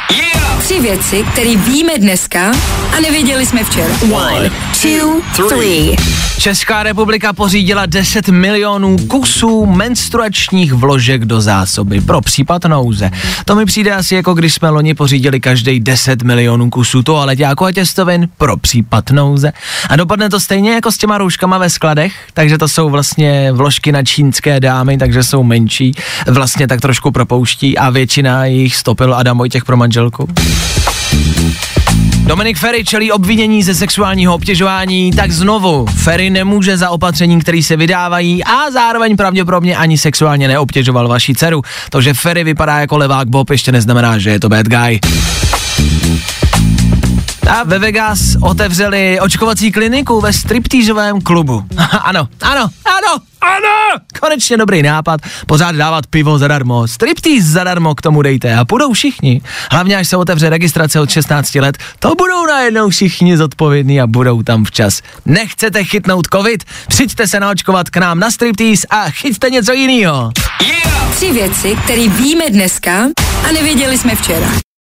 Yeah! 3 věci, které víme dneska a nevěděli jsme včera. 1, 2, 3. Česká republika pořídila 10 milionů kusů menstruačních vložek do zásoby pro případ nouze. To mi přijde asi jako když jsme loni pořídili každý 10 milionů kusů toaleťáku a těstovin pro případ nouze. A dopadne to stejně jako s těma rouškama ve skladech, takže to jsou vlastně vložky na čínské dámy, takže jsou menší, vlastně tak trošku propouští a většina jich stopil Adam Vojtěch pro manželku. Dominik Feri čelí obvinění ze sexuálního obtěžování, tak znovu Feri nemůže za opatření, které se vydávají a zároveň pravděpodobně ani sexuálně neobtěžoval vaši dceru. To, že Feri vypadá jako levák Bob, ještě neznamená, že je to bad guy. A ve Vegas otevřeli očkovací kliniku ve striptýžovém klubu. Ano. Konečně dobrý nápad, pořád dávat pivo zadarmo, striptýz zadarmo k tomu dejte a půjdou všichni. Hlavně až se otevře registrace od 16 let, to budou najednou všichni zodpovědní a budou tam včas. Nechcete chytnout covid? Přijďte se naočkovat k nám na striptýz a chyťte něco jinýho. Yeah! 3 věci, které víme dneska a nevěděli jsme včera.